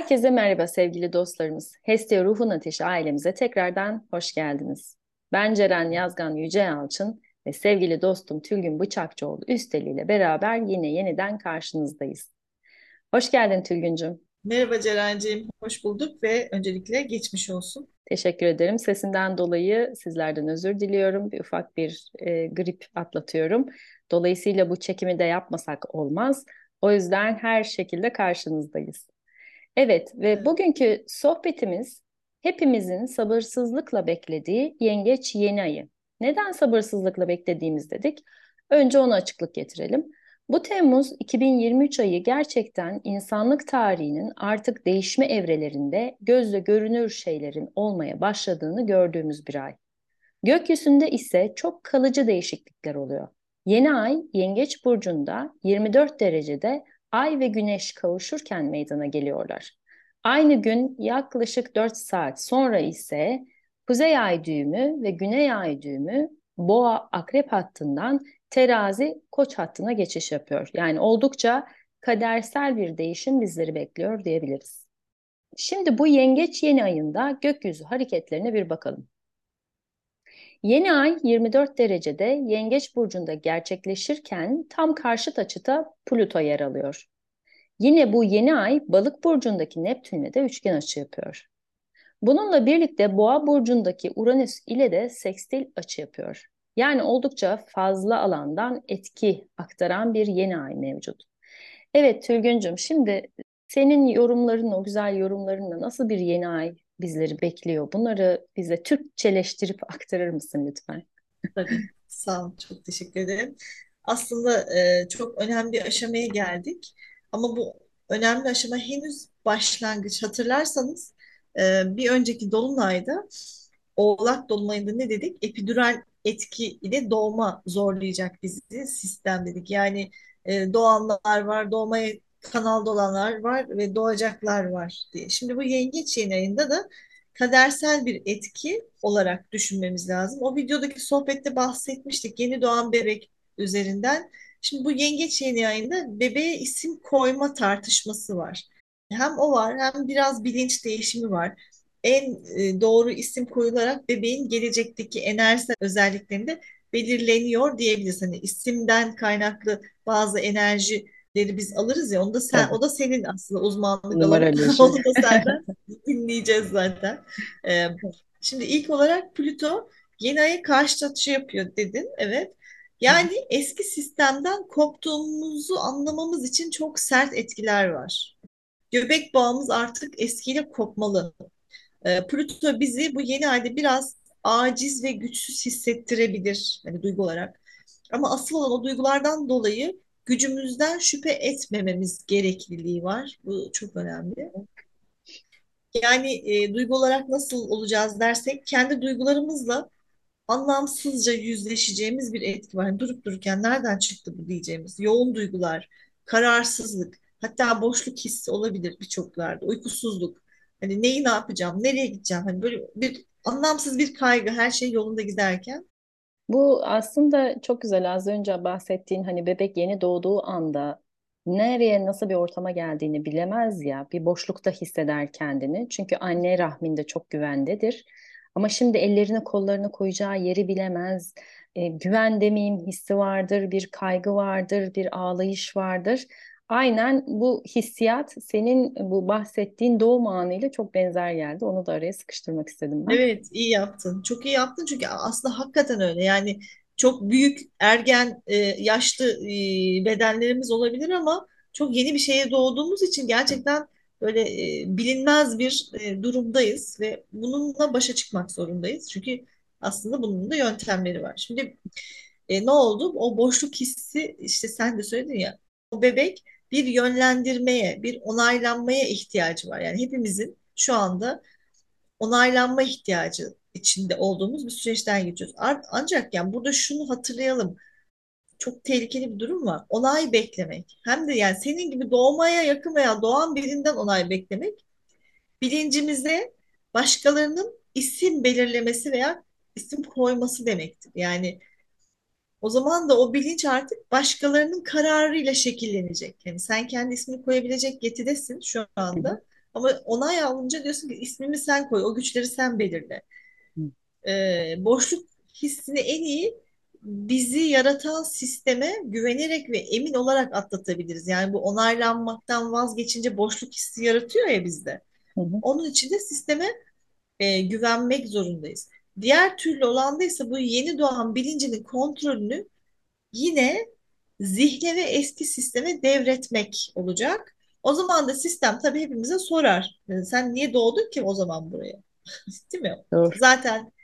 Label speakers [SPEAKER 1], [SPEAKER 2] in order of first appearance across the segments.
[SPEAKER 1] Herkese merhaba sevgili dostlarımız. Hestia Ruhun Ateşi ailemize tekrardan hoş geldiniz. Ben Ceren Yazgan Yüce Yalçın ve sevgili dostum Tülgün Bıçakçıoğlu Üsteli ile beraber yine yeniden karşınızdayız. Hoş geldin Tülgüncüm.
[SPEAKER 2] Merhaba Ceren'ciğim, hoş bulduk ve öncelikle geçmiş olsun.
[SPEAKER 1] Teşekkür ederim. Sesimden dolayı sizlerden özür diliyorum. Bir ufak bir grip atlatıyorum. Dolayısıyla bu çekimi de yapmasak olmaz. O yüzden her şekilde karşınızdayız. Evet ve
[SPEAKER 2] Evet.
[SPEAKER 1] bugünkü sohbetimiz hepimizin sabırsızlıkla beklediği Yengeç Yeni Ayı. Neden sabırsızlıkla beklediğimiz dedik? Önce ona açıklık getirelim. Bu Temmuz 2023 ayı gerçekten insanlık tarihinin artık değişme evrelerinde gözle görünür şeylerin olmaya başladığını gördüğümüz bir ay. Gökyüzünde ise çok kalıcı değişiklikler oluyor. Yeni ay Yengeç burcunda 24 derecede Ay ve Güneş kavuşurken meydana geliyorlar. Aynı gün yaklaşık 4 saat sonra ise Kuzey Ay düğümü ve Güney Ay düğümü Boğa Akrep hattından Terazi Koç hattına geçiş yapıyor. Yani oldukça kadersel bir değişim bizleri bekliyor diyebiliriz. Şimdi bu Yengeç yeni ayında gökyüzü hareketlerine bir bakalım. Yeni ay 24 derecede Yengeç burcunda gerçekleşirken tam karşıt açıda Plüto yer alıyor. Yine bu yeni ay Balık burcundaki Neptünle de üçgen açı yapıyor. Bununla birlikte Boğa burcundaki Uranüs ile de sekstil açı yapıyor. Yani oldukça fazla alandan etki aktaran bir yeni ay mevcut. Evet Tülgüncüm, şimdi senin yorumların, o güzel yorumlarınla nasıl bir yeni ay bizleri bekliyor? Bunları bize Türkçeleştirip aktarır mısın lütfen?
[SPEAKER 2] Tabii, sağ ol, çok teşekkür ederim. Aslında çok önemli bir aşamaya geldik. Ama bu önemli aşama henüz başlangıç. Hatırlarsanız bir önceki dolunayda, Oğlak dolunayında ne dedik? Epidural etki ile doğma zorlayacak bizi sistem dedik. Yani doğanlar var, doğmaya kanalda olanlar var ve doğacaklar var diye. Şimdi bu yengeç yayın ayında da kadersel bir etki olarak düşünmemiz lazım. O videodaki sohbette bahsetmiştik yeni doğan bebek üzerinden. Şimdi bu yengeç yeni ayında bebeğe isim koyma tartışması var. Hem o var hem biraz bilinç değişimi var. En doğru isim koyularak bebeğin gelecekteki enerjisel özelliklerinde belirleniyor diyebiliriz. Hani isimden kaynaklı bazı enerjileri biz alırız ya, onu da sen,
[SPEAKER 1] Tabii.
[SPEAKER 2] o da senin aslında uzmanlık alanın.
[SPEAKER 1] Numaroloji.
[SPEAKER 2] Onu da senden dinleyeceğiz zaten. Ee, Şimdi ilk olarak Plüto yeni aya karşı açı yapıyor dedin. Evet. Yani eski sistemden koptuğumuzu anlamamız için çok sert etkiler var. Göbek bağımız artık eskiyle kopmalı. Plüto bizi bu yeni ayda biraz aciz ve güçsüz hissettirebilir hani duygu olarak. Ama asıl olan o duygulardan dolayı gücümüzden şüphe etmememiz gerekliliği var. Bu çok önemli. Yani duygu olarak nasıl olacağız dersek kendi duygularımızla anlamsızca yüzleşeceğimiz bir etki var. Hani durup dururken nereden çıktı bu diyeceğimiz yoğun duygular, kararsızlık, hatta boşluk hissi olabilir birçoklarda, uykusuzluk. Hani neyi ne yapacağım, nereye gideceğim? Hani böyle bir anlamsız bir kaygı her şey yolunda giderken.
[SPEAKER 1] Bu aslında çok güzel. Az önce bahsettiğin hani bebek yeni doğduğu anda nereye nasıl bir ortama geldiğini bilemez ya. Bir boşlukta hisseder kendini. Çünkü anne rahminde çok güvendedir. Ama şimdi ellerini kollarını koyacağı yeri bilemez. Güven demeyeyim hissi vardır, bir kaygı vardır, bir ağlayış vardır. Aynen bu hissiyat senin bu bahsettiğin doğum anıyla çok benzer geldi. Onu da araya sıkıştırmak istedim ben.
[SPEAKER 2] Evet, iyi yaptın. Çok iyi yaptın çünkü aslında hakikaten öyle. Yani çok büyük ergen, yaşlı bedenlerimiz olabilir ama çok yeni bir şeye doğduğumuz için gerçekten böyle bilinmez bir durumdayız ve bununla başa çıkmak zorundayız. Çünkü aslında bunun da yöntemleri var. Şimdi ne oldu? O boşluk hissi işte sen de söyledin ya. O bebek bir yönlendirmeye, bir onaylanmaya ihtiyacı var. Yani hepimizin şu anda onaylanma ihtiyacı içinde olduğumuz bir süreçten geçiyoruz. Ancak yani burada şunu hatırlayalım. Çok tehlikeli bir durum var. Onay beklemek. Hem de yani senin gibi doğmaya yakın veya doğan birinden onay beklemek bilincimize başkalarının isim belirlemesi veya isim koyması demektir. Yani o zaman da o bilinç artık başkalarının kararıyla şekillenecek. Yani sen kendi ismini koyabilecek yetidesin şu
[SPEAKER 1] Hı hı.
[SPEAKER 2] anda. Ama onay alınca diyorsun ki ismimi sen koy, o güçleri sen belirle.
[SPEAKER 1] Hı
[SPEAKER 2] Boşluk hissini en iyi bizi yaratan sisteme güvenerek ve emin olarak atlatabiliriz. Yani bu onaylanmaktan vazgeçince boşluk hissi yaratıyor ya bizde.
[SPEAKER 1] hı.
[SPEAKER 2] Onun için de sisteme güvenmek zorundayız. Diğer türlü olanda ise bu yeni doğan bilincinin kontrolünü yine zihne ve eski sisteme devretmek olacak. O zaman da sistem tabii hepimize sorar. Sen niye doğdun ki o zaman buraya? Değil mi?
[SPEAKER 1] Doğru.
[SPEAKER 2] Zaten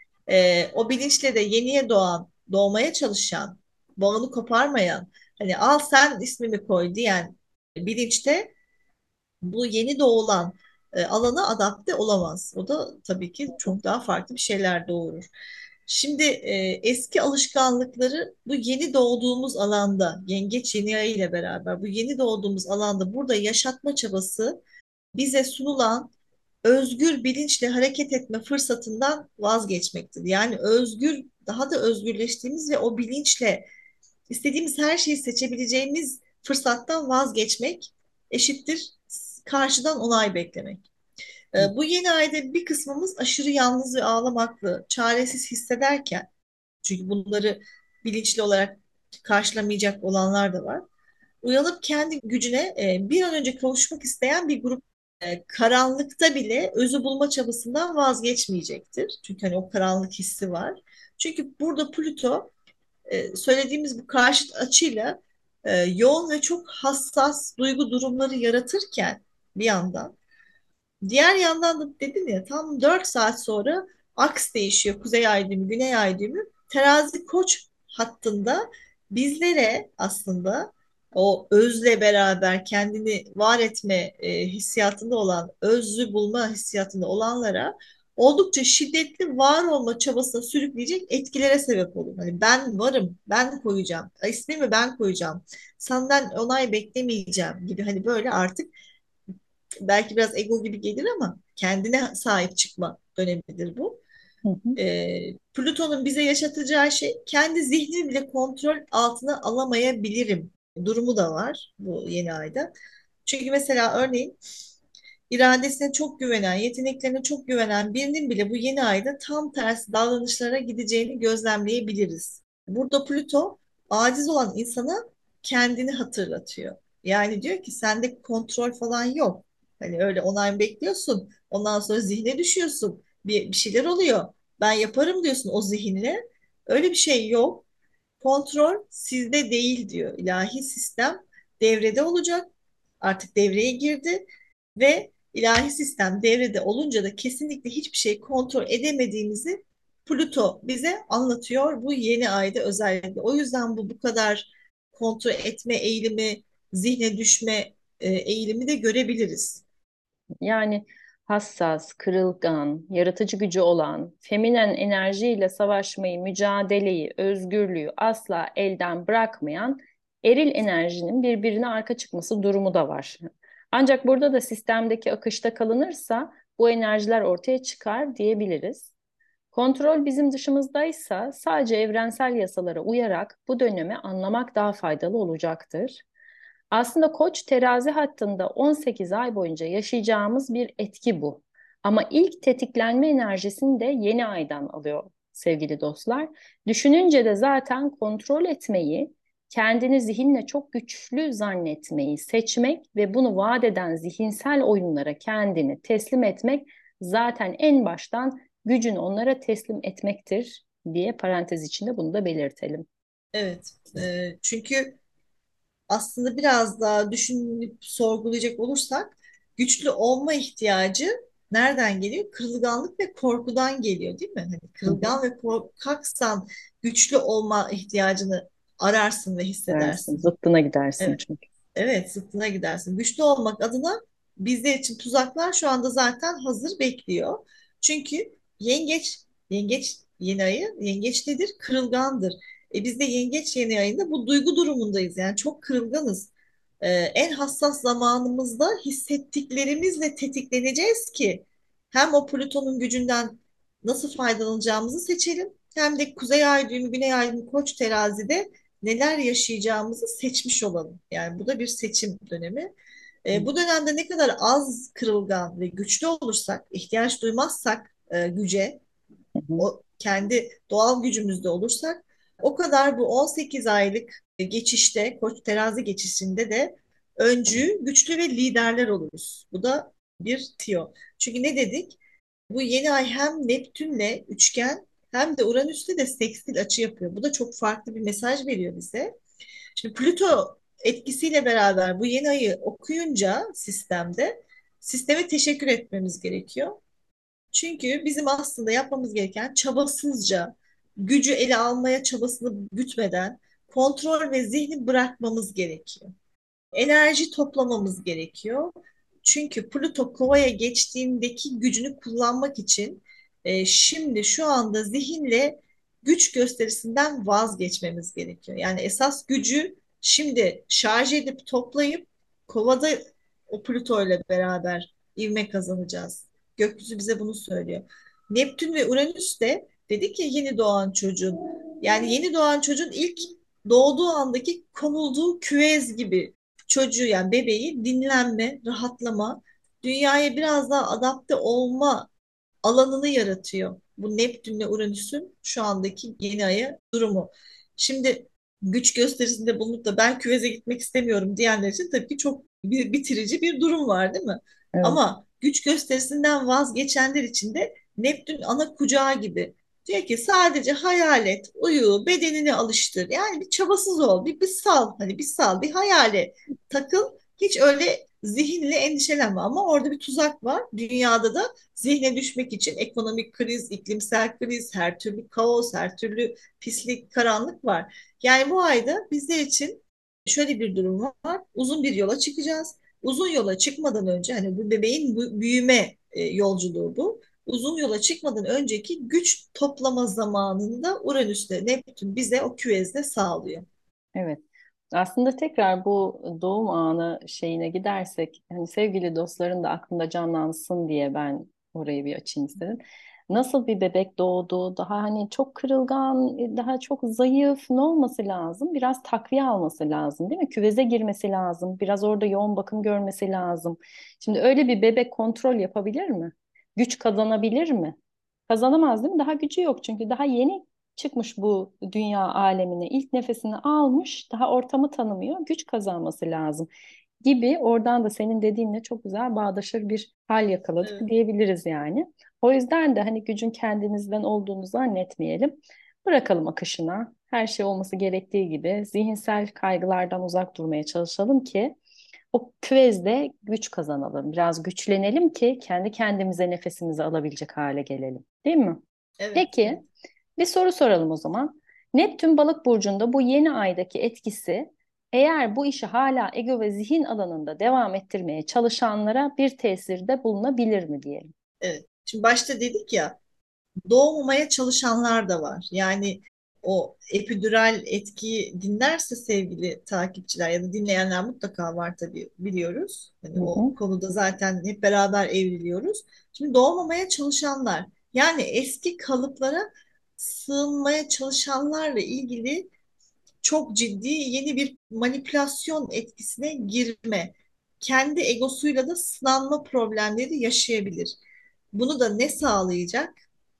[SPEAKER 2] o bilinçle de yeniye doğan, doğmaya çalışan, bağını koparmayan, hani al sen ismimi koy diyen bilinçte bu yeni doğulan alana adapte olamaz. O da tabii ki çok daha farklı bir şeyler doğurur. Şimdi eski alışkanlıkları bu yeni doğduğumuz alanda, yengeç yeni ay ile beraber bu yeni doğduğumuz alanda burada yaşatma çabası bize sunulan özgür bilinçle hareket etme fırsatından vazgeçmektir. Yani özgür, daha da özgürleştiğimiz ve o bilinçle istediğimiz her şeyi seçebileceğimiz fırsattan vazgeçmek eşittir karşıdan onay beklemek. Bu yeni ayda bir kısmımız aşırı yalnız ve ağlamaklı, çaresiz hissederken, çünkü bunları bilinçli olarak karşılamayacak olanlar da var. Uyanıp kendi gücüne bir an önce kavuşmak isteyen bir grup karanlıkta bile özü bulma çabasından vazgeçmeyecektir. Çünkü hani o karanlık hissi var. Çünkü burada Plüto söylediğimiz bu karşıt açıyla yoğun ve çok hassas duygu durumları yaratırken bir yandan, diğer yandan da dedin ya tam 4 saat sonra aks değişiyor. Kuzey ay düğümü, güney ay düğümü. Terazi koç hattında bizlere aslında o özle beraber kendini var etme hissiyatında olan, özlü bulma hissiyatında olanlara oldukça şiddetli var olma çabasına sürükleyecek etkilere sebep olur. Hani ben varım, ben koyacağım, ismimi ben koyacağım, senden onay beklemeyeceğim gibi hani böyle artık belki biraz ego gibi gelir ama kendine sahip çıkma dönemidir bu.
[SPEAKER 1] Hı hı.
[SPEAKER 2] Plüton'un bize yaşatacağı şey kendi zihnimi bile kontrol altına alamayabilirim durumu da var bu yeni ayda. Çünkü mesela örneğin iradesine çok güvenen, yeteneklerine çok güvenen birinin bile bu yeni ayda tam tersi davranışlara gideceğini gözlemleyebiliriz. Burada Plüto aciz olan insana kendini hatırlatıyor. Yani diyor ki sende kontrol falan yok. Hani öyle onay bekliyorsun. Ondan sonra zihne düşüyorsun. Bir şeyler oluyor. Ben yaparım diyorsun o zihinle. Öyle bir şey yok. Kontrol sizde değil diyor. İlahi sistem devrede olacak. Artık devreye girdi ve ilahi sistem devrede olunca da kesinlikle hiçbir şey kontrol edemediğimizi Plüto bize anlatıyor bu yeni ayda özellikle. O yüzden bu kadar kontrol etme eğilimi, zihne düşme eğilimi de görebiliriz.
[SPEAKER 1] Yani hassas, kırılgan, yaratıcı gücü olan, feminen enerjiyle savaşmayı, mücadeleyi, özgürlüğü asla elden bırakmayan eril enerjinin birbirine arka çıkması durumu da var. Ancak burada da sistemdeki akışta kalınırsa bu enerjiler ortaya çıkar diyebiliriz. Kontrol bizim dışımızdaysa sadece evrensel yasalara uyarak bu dönemi anlamak daha faydalı olacaktır. Aslında Koç terazi hattında 18 ay boyunca yaşayacağımız bir etki bu. Ama ilk tetiklenme enerjisini de yeni aydan alıyor sevgili dostlar. Düşününce de zaten kontrol etmeyi, kendini zihinle çok güçlü zannetmeyi seçmek ve bunu vaat eden zihinsel oyunlara kendini teslim etmek zaten en baştan gücünü onlara teslim etmektir diye parantez içinde bunu da belirtelim.
[SPEAKER 2] Evet, çünkü aslında biraz daha düşünüp sorgulayacak olursak güçlü olma ihtiyacı nereden geliyor? Kırılganlık ve korkudan geliyor, değil mi? Hani
[SPEAKER 1] Hı hı.
[SPEAKER 2] kırılgan ve korkaksan güçlü olma ihtiyacını ararsın ve
[SPEAKER 1] Dersin,
[SPEAKER 2] hissedersin.
[SPEAKER 1] zıttına gidersin
[SPEAKER 2] Evet.
[SPEAKER 1] çünkü.
[SPEAKER 2] Evet, zıttına gidersin. Güçlü olmak adına bizler için tuzaklar şu anda zaten hazır bekliyor. Çünkü yengeç yeni ayı, yengeç nedir? Kırılgandır. Biz de yengeç yeni ayında bu duygu durumundayız. Yani çok kırılganız. En hassas zamanımızda hissettiklerimizle tetikleneceğiz ki hem o Plüton'un gücünden nasıl faydalanacağımızı seçelim, hem de Kuzey Ay düğümü, Güney Ay düğümü Koç terazide neler yaşayacağımızı seçmiş olalım. Yani bu da bir seçim dönemi.
[SPEAKER 1] Hı
[SPEAKER 2] Bu dönemde ne kadar az kırılgan ve güçlü olursak, ihtiyaç duymazsak güce,
[SPEAKER 1] hı.
[SPEAKER 2] o kendi doğal gücümüzde olursak, o kadar bu 18 aylık geçişte, Koç terazi geçişinde de öncü, güçlü ve liderler oluruz. Bu da bir tiyo. Çünkü ne dedik? Bu yeni ay hem Neptün'le üçgen hem de Uranüs'te de sekstil açı yapıyor. Bu da çok farklı bir mesaj veriyor bize. Şimdi Plüto etkisiyle beraber bu yeni ayı okuyunca sisteme teşekkür etmemiz gerekiyor. Çünkü bizim aslında yapmamız gereken çabasızca gücü ele almaya çabasını gütmeden kontrol ve zihni bırakmamız gerekiyor. Enerji toplamamız gerekiyor. Çünkü Plüto Kova'ya geçtiğindeki gücünü kullanmak için şimdi şu anda zihinle güç gösterisinden vazgeçmemiz gerekiyor. Yani esas gücü şimdi şarj edip toplayıp Kova'da o Plüto ile beraber ivme kazanacağız. Gökyüzü bize bunu söylüyor. Neptün ve Uranüs de dedik ya yeni doğan çocuğun, yani yeni doğan çocuğun ilk doğduğu andaki konulduğu küvez gibi çocuğu, yani bebeği dinlenme, rahatlama, dünyaya biraz daha adapte olma alanını yaratıyor. Bu Neptünle Uranüs'ün şu andaki yeni aya durumu. Şimdi güç gösterisinde bulunup da ben küveze gitmek istemiyorum diyenler için tabii ki çok bitirici bir durum var, değil mi?
[SPEAKER 1] Evet.
[SPEAKER 2] Ama güç gösterisinden vazgeçenler için de Neptün ana kucağı gibi. Diyor ki sadece hayal et, uyu, bedenini alıştır. Yani bir çabasız ol, bir sal, hani bir sal, bir hayale takıl. Hiç öyle zihinle endişelenme, ama orada bir tuzak var. Dünyada da zihne düşmek için ekonomik kriz, iklimsel kriz, her türlü kaos, her türlü pislik, karanlık var. Yani bu ayda bizler için şöyle bir durum var. Uzun bir yola çıkacağız. Uzun yola çıkmadan önce, hani bu bebeğin büyüme yolculuğu bu. Uzun yola çıkmadan önceki güç toplama zamanında Uranüs'te Neptün bize o küvezde sağlıyor.
[SPEAKER 1] Evet. Aslında tekrar bu doğum anı şeyine gidersek, hani sevgili dostların da aklında canlansın diye ben orayı bir açayım istedim. Nasıl bir bebek doğdu? Daha hani çok kırılgan, daha çok zayıf ne olması lazım? Biraz takviye alması lazım, değil mi? Küveze girmesi lazım. Biraz orada yoğun bakım görmesi lazım. Şimdi öyle bir bebek kontrol yapabilir mi? Güç kazanabilir mi? Kazanamaz, değil mi? Daha gücü yok çünkü daha yeni çıkmış bu dünya alemine, ilk nefesini almış, daha ortamı tanımıyor, güç kazanması lazım gibi. Oradan da senin dediğinle çok güzel bağdaşır bir hal yakaladık
[SPEAKER 2] Evet,
[SPEAKER 1] diyebiliriz yani. O yüzden de hani gücün kendimizden olduğunu zannetmeyelim. Bırakalım akışına. Her şey olması gerektiği gibi zihinsel kaygılardan uzak durmaya çalışalım ki o küvezde güç kazanalım. Biraz güçlenelim ki kendi kendimize nefesimizi alabilecek hale gelelim. Değil mi?
[SPEAKER 2] evet,
[SPEAKER 1] Peki,
[SPEAKER 2] evet.
[SPEAKER 1] bir soru soralım o zaman. Neptün balık burcunda bu yeni aydaki etkisi eğer bu işi hala ego ve zihin alanında devam ettirmeye çalışanlara bir tesirde bulunabilir mi diyelim.
[SPEAKER 2] Evet. Şimdi başta dedik ya, doğmamaya çalışanlar da var. Yani o epidural etkiyi dinlerse sevgili takipçiler ya da dinleyenler mutlaka var tabii, biliyoruz. Hani
[SPEAKER 1] Hı
[SPEAKER 2] o
[SPEAKER 1] hı.
[SPEAKER 2] konuda zaten hep beraber evriliyoruz. Şimdi doğmamaya çalışanlar, yani eski kalıplara sığınmaya çalışanlarla ilgili çok ciddi yeni bir manipülasyon etkisine girme, kendi egosuyla da sınanma problemleri yaşayabilir. Bunu da ne sağlayacak?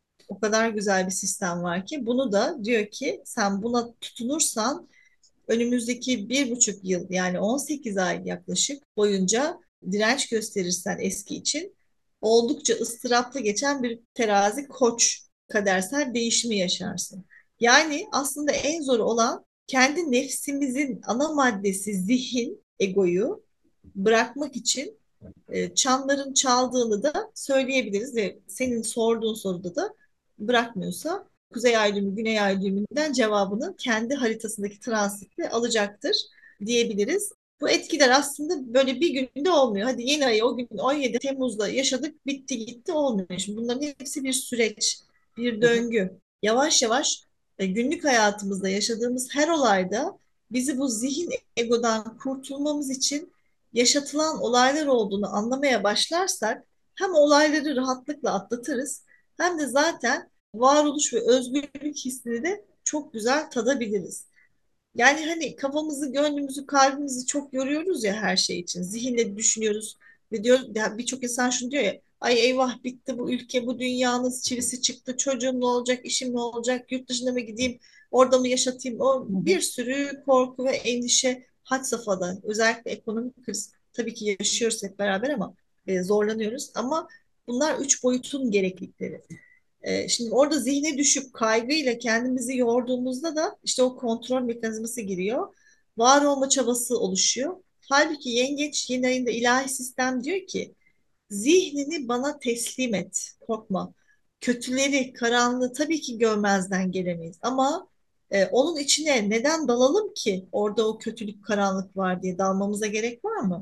[SPEAKER 2] O kadar güzel bir sistem var ki bunu da diyor ki sen buna tutunursan önümüzdeki 1,5 yıl, yani 18 ay yaklaşık boyunca direnç gösterirsen eski için, oldukça ıstıraplı geçen bir terazi koç kadersel değişimi yaşarsın. Yani aslında en zor olan kendi nefsimizin ana maddesi zihin, egoyu bırakmak için çanların çaldığını da söyleyebiliriz ve senin sorduğun soruda da bırakmıyorsa Kuzey Ay düğümü, Güney Ay düğümünden cevabını kendi haritasındaki transitle alacaktır diyebiliriz. Bu etkiler aslında böyle bir günde olmuyor. Hadi yeni ayı o gün 17 Temmuz'da yaşadık, bitti gitti, olmuyor. Şimdi bunların hepsi bir süreç, bir
[SPEAKER 1] Hı hı.
[SPEAKER 2] döngü. Yavaş yavaş günlük hayatımızda yaşadığımız her olayda bizi bu zihin egodan kurtulmamız için yaşatılan olaylar olduğunu anlamaya başlarsak hem olayları rahatlıkla atlatırız, hem de zaten varoluş ve özgürlük hissini de çok güzel tadabiliriz. Yani hani kafamızı, gönlümüzü, kalbimizi çok yoruyoruz ya her şey için. Zihinle düşünüyoruz ve diyor ya, birçok insan şunu diyor ya, ay eyvah bitti bu ülke, bu dünyanın çivisi çıktı. Çocuğum ne olacak, işim ne olacak, yurt dışına mı gideyim, orada mı yaşatayım? O
[SPEAKER 1] Hı hı.
[SPEAKER 2] bir sürü korku ve endişe had safhada. Özellikle ekonomik kriz tabii ki yaşıyoruz hep beraber ama zorlanıyoruz. Ama bunlar üç boyutun gereklilikleri. Şimdi orada zihne düşüp kaygıyla kendimizi yorduğumuzda da işte o kontrol mekanizması giriyor. Var olma çabası oluşuyor. Halbuki yengeç yeni ayında ilahi sistem diyor ki zihnini bana teslim et, korkma. Kötüleri, karanlığı tabii ki görmezden gelemeyiz ama onun içine neden dalalım ki? Orada o kötülük, karanlık var diye dalmamıza gerek var mı?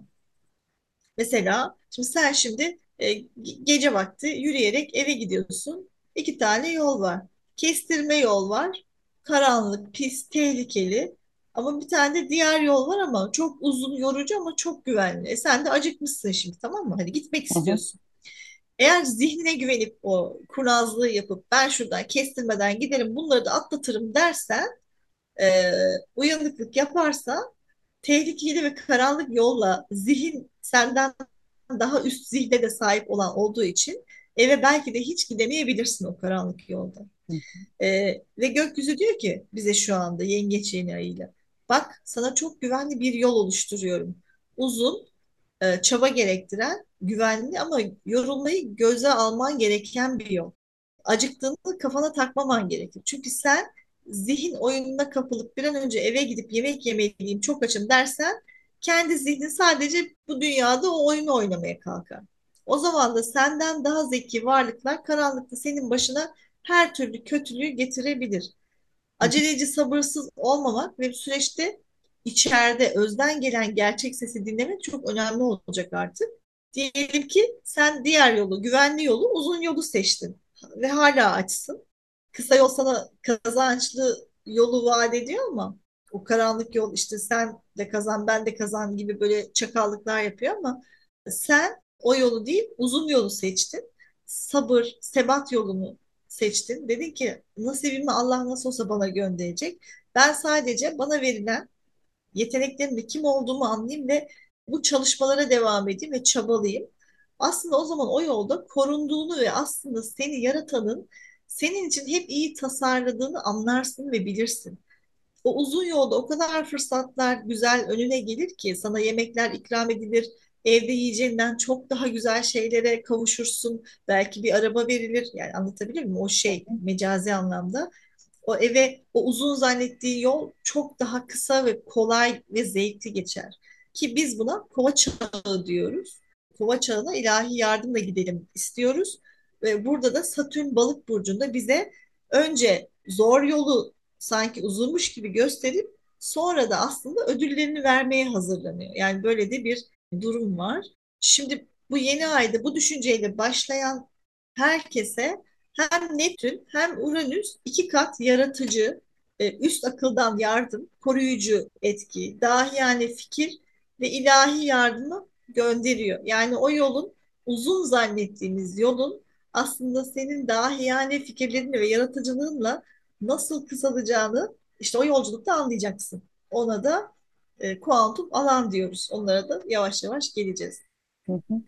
[SPEAKER 2] Mesela şimdi sen şimdi gece vakti yürüyerek eve gidiyorsun. İki tane yol var. Kestirme yol var. Karanlık, pis, tehlikeli. Ama bir tane de diğer yol var ama çok uzun, yorucu ama çok güvenli. Sen de acıkmışsın şimdi, tamam mı? Hadi gitmek
[SPEAKER 1] Hı hı.
[SPEAKER 2] istiyorsun. Eğer zihnine güvenip o kurnazlığı yapıp ben şuradan kestirmeden giderim bunları da atlatırım dersen, e, uyanıklık yaparsa tehlikeli ve karanlık yolla zihin senden daha üst zihne de sahip olan olduğu için eve belki de hiç gidemeyebilirsin o karanlık yolda.
[SPEAKER 1] Hı
[SPEAKER 2] Ve gökyüzü diyor ki bize şu anda yengeç yeni ayıyla bak sana çok güvenli bir yol oluşturuyorum. Uzun, çaba gerektiren, güvenli ama yorulmayı göze alman gereken bir yol. Acıktığında kafana takmaman gerekir. Çünkü sen zihin oyununa kapılıp bir an önce eve gidip yemek yemeliyim, çok açım dersen kendi zihnin sadece bu dünyada o oyunu oynamaya kalkar. O zaman da senden daha zeki varlıklar karanlıkta senin başına her türlü kötülüğü getirebilir.
[SPEAKER 1] hı.
[SPEAKER 2] Aceleci, sabırsız olmamak ve süreçte içeride özden gelen gerçek sesi dinlemek çok önemli olacak artık. Diyelim ki sen diğer yolu, güvenli yolu, uzun yolu seçtin ve hala açsın. Kısa yol sana kazançlı yolu vaat ediyor ama o karanlık yol işte sen de kazan, ben de kazan gibi böyle çakallıklar yapıyor ama sen o yolu değil, uzun yolu seçtin. Sabır, sebat yolunu seçtin. Dedin ki nasibimi Allah nasıl olsa bana gönderecek. Ben sadece bana verilen yeteneklerimle kim olduğumu anlayayım ve bu çalışmalara devam edeyim ve çabalayayım. Aslında o zaman o yolda korunduğunu ve aslında seni yaratanın senin için hep iyi tasarladığını anlarsın ve bilirsin. O uzun yolda o kadar fırsatlar güzel önüne gelir ki sana yemekler ikram edilir. Evde yiyeceğinden çok daha güzel şeylere kavuşursun. Belki bir araba verilir. Yani anlatabilir miyim? O şey mecazi anlamda. O eve o uzun zannettiği yol çok daha kısa ve kolay ve zevkli geçer. Ki biz buna kova çağı diyoruz. Kova çağına ilahi yardımla gidelim istiyoruz. Ve burada da Satürn balık burcunda bize önce zor yolu sanki uzunmuş gibi gösterip sonra da aslında ödüllerini vermeye hazırlanıyor. Yani böyle de bir durum var. Şimdi bu yeni ayda bu düşünceyle başlayan herkese hem Neptün hem Uranüs iki kat yaratıcı, üst akıldan yardım, koruyucu etki, dahiyane fikir ve ilahi yardımı gönderiyor. Yani o yolun uzun zannettiğimiz yolun aslında senin dahiyane fikirlerinle ve yaratıcılığınla nasıl kısalacağını işte o yolculukta anlayacaksın. Ona da kuantum alan diyoruz. Onlara da yavaş yavaş geleceğiz.
[SPEAKER 1] Hı hı.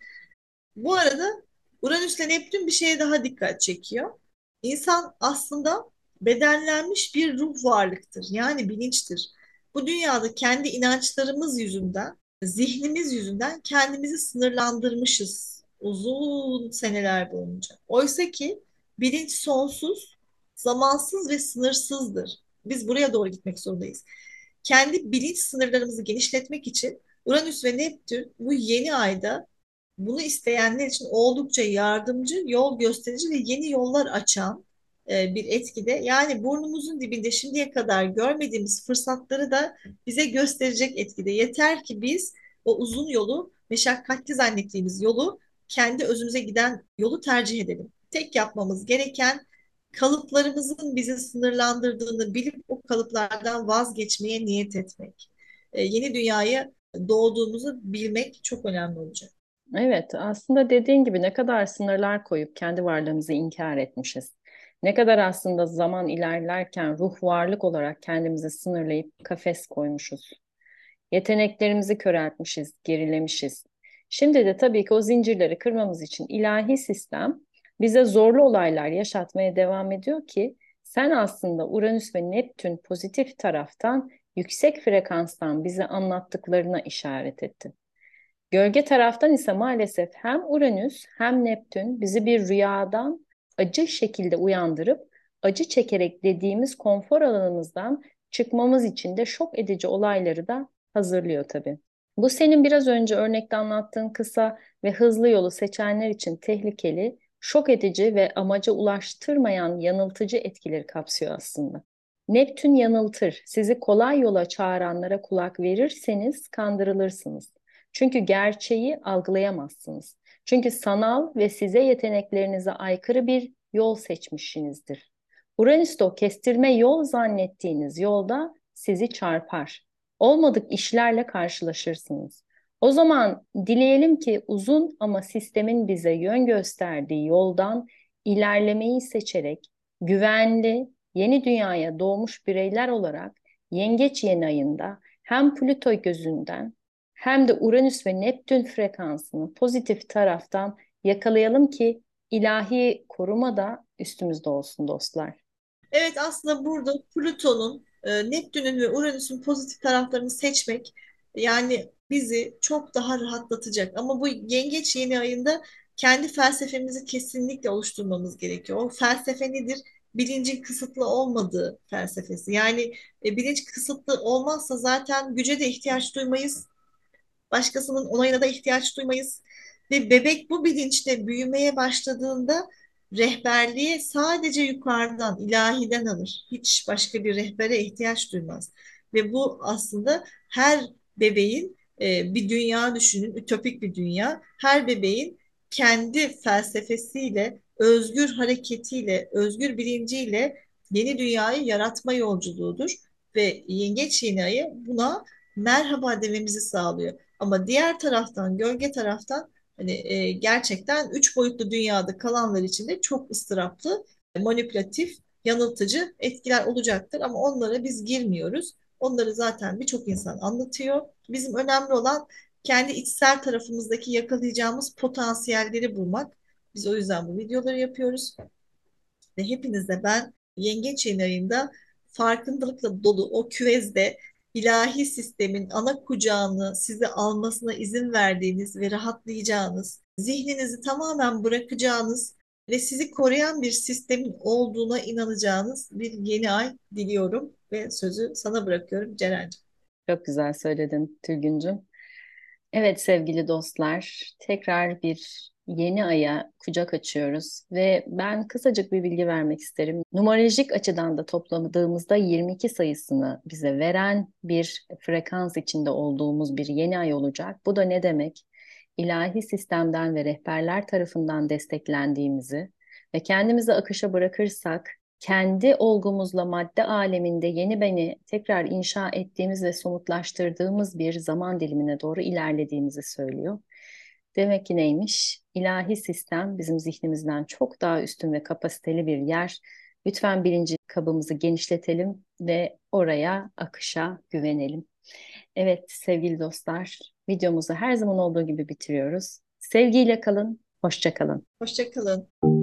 [SPEAKER 2] Bu arada Uranüs'le Neptün bir şeye daha dikkat çekiyor. İnsan aslında bedenlenmiş bir ruh varlıktır. Yani bilinçtir. Bu dünyada kendi inançlarımız yüzünden, zihnimiz yüzünden kendimizi sınırlandırmışız uzun seneler boyunca. Oysa ki bilinç sonsuz, zamansız ve sınırsızdır. Biz buraya doğru gitmek zorundayız. Kendi bilinç sınırlarımızı genişletmek için Uranüs ve Neptün bu yeni ayda bunu isteyenler için oldukça yardımcı, yol gösterici ve yeni yollar açan bir etkide. Yani burnumuzun dibinde şimdiye kadar görmediğimiz fırsatları da bize gösterecek etkide. Yeter ki biz o uzun yolu, meşakkatli zannettiğimiz yolu, kendi özümüze giden yolu tercih edelim. Tek yapmamız gereken kalıplarımızın bizi sınırlandırdığını bilip o kalıplardan vazgeçmeye niyet etmek. Yeni dünyaya doğduğumuzu bilmek çok önemli olacak.
[SPEAKER 1] Evet, aslında dediğin gibi ne kadar sınırlar koyup kendi varlığımızı inkar etmişiz. Ne kadar aslında zaman ilerlerken ruh varlık olarak kendimizi sınırlayıp kafes koymuşuz. Yeteneklerimizi köreltmişiz, gerilemişiz. Şimdi de tabii ki o zincirleri kırmamız için ilahi sistem bize zorlu olaylar yaşatmaya devam ediyor ki sen aslında Uranüs ve Neptün pozitif taraftan yüksek frekanstan bize anlattıklarına işaret ettin. Gölge taraftan ise maalesef hem Uranüs hem Neptün bizi bir rüyadan acı şekilde uyandırıp acı çekerek dediğimiz konfor alanımızdan çıkmamız için de şok edici olayları da hazırlıyor tabii. Bu senin biraz önce örnekte anlattığın kısa ve hızlı yolu seçenler için tehlikeli, şok edici ve amaca ulaştırmayan yanıltıcı etkileri kapsıyor aslında. Neptün yanıltır. Sizi kolay yola çağıranlara kulak verirseniz kandırılırsınız. Çünkü gerçeği algılayamazsınız. Çünkü sanal ve size yeteneklerinize aykırı bir yol seçmişsinizdir. Uranüs'te o kestirme yol zannettiğiniz yolda sizi çarpar. Olmadık işlerle karşılaşırsınız. O zaman dileyelim ki uzun ama sistemin bize yön gösterdiği yoldan ilerlemeyi seçerek güvenli, yeni dünyaya doğmuş bireyler olarak Yengeç yeni ayında hem Plüto gözünden hem de Uranüs ve Neptün frekansını pozitif taraftan yakalayalım ki ilahi koruma da üstümüzde olsun dostlar.
[SPEAKER 2] Evet, aslında burada Plüton'un, Neptün'ün ve Uranüs'ün pozitif taraflarını seçmek yani bizi çok daha rahatlatacak. Ama bu Yengeç yeni ayında kendi felsefemizi kesinlikle oluşturmamız gerekiyor. O felsefe nedir? Bilincin kısıtlı olmadığı felsefesi. Yani bilinç kısıtlı olmazsa zaten güce de ihtiyaç duymayız. Başkasının onayına da ihtiyaç duymayız. Ve bebek bu bilinçle büyümeye başladığında rehberliği sadece yukarıdan, ilahiden alır. Hiç başka bir rehbere ihtiyaç duymaz. Ve bu aslında her bebeğin bir dünya düşünün, ütopik bir dünya. Her bebeğin kendi felsefesiyle, özgür hareketiyle, özgür bilinciyle yeni dünyayı yaratma yolculuğudur. Ve yengeç yeni ayı buna merhaba dememizi sağlıyor. Ama diğer taraftan, gölge taraftan hani gerçekten üç boyutlu dünyada kalanlar için de çok ıstıraplı, manipülatif, yanıltıcı etkiler olacaktır. Ama onlara biz girmiyoruz. Onları zaten birçok insan anlatıyor. Bizim önemli olan kendi içsel tarafımızdaki yakalayacağımız potansiyelleri bulmak. Biz o yüzden bu videoları yapıyoruz. Ve hepinize ben Yengeç yayın ayında farkındalıkla dolu o küvezde ilahi sistemin ana kucağını size almasına izin verdiğiniz ve rahatlayacağınız, zihninizi tamamen bırakacağınız ve sizi koruyan bir sistemin olduğuna inanacağınız bir yeni ay diliyorum ve sözü sana bırakıyorum Ceren'ciğim.
[SPEAKER 1] Çok güzel söyledin Tülgüncüm. Evet sevgili dostlar, tekrar bir yeni aya kucak açıyoruz ve ben kısacık bir bilgi vermek isterim. Numerolojik açıdan da topladığımızda 22 sayısını bize veren bir frekans içinde olduğumuz bir yeni ay olacak. Bu da ne demek? İlahi sistemden ve rehberler tarafından desteklendiğimizi ve kendimizi akışa bırakırsak kendi olgumuzla madde aleminde yeni beni tekrar inşa ettiğimiz ve somutlaştırdığımız bir zaman dilimine doğru ilerlediğimizi söylüyor. Demek ki neymiş? İlahi sistem bizim zihnimizden çok daha üstün ve kapasiteli bir yer. Lütfen bilinci kabımızı genişletelim ve oraya akışa güvenelim. Evet sevgili dostlar, videomuzu her zaman olduğu gibi bitiriyoruz. Sevgiyle kalın, hoşça kalın.
[SPEAKER 2] Hoşça kalın.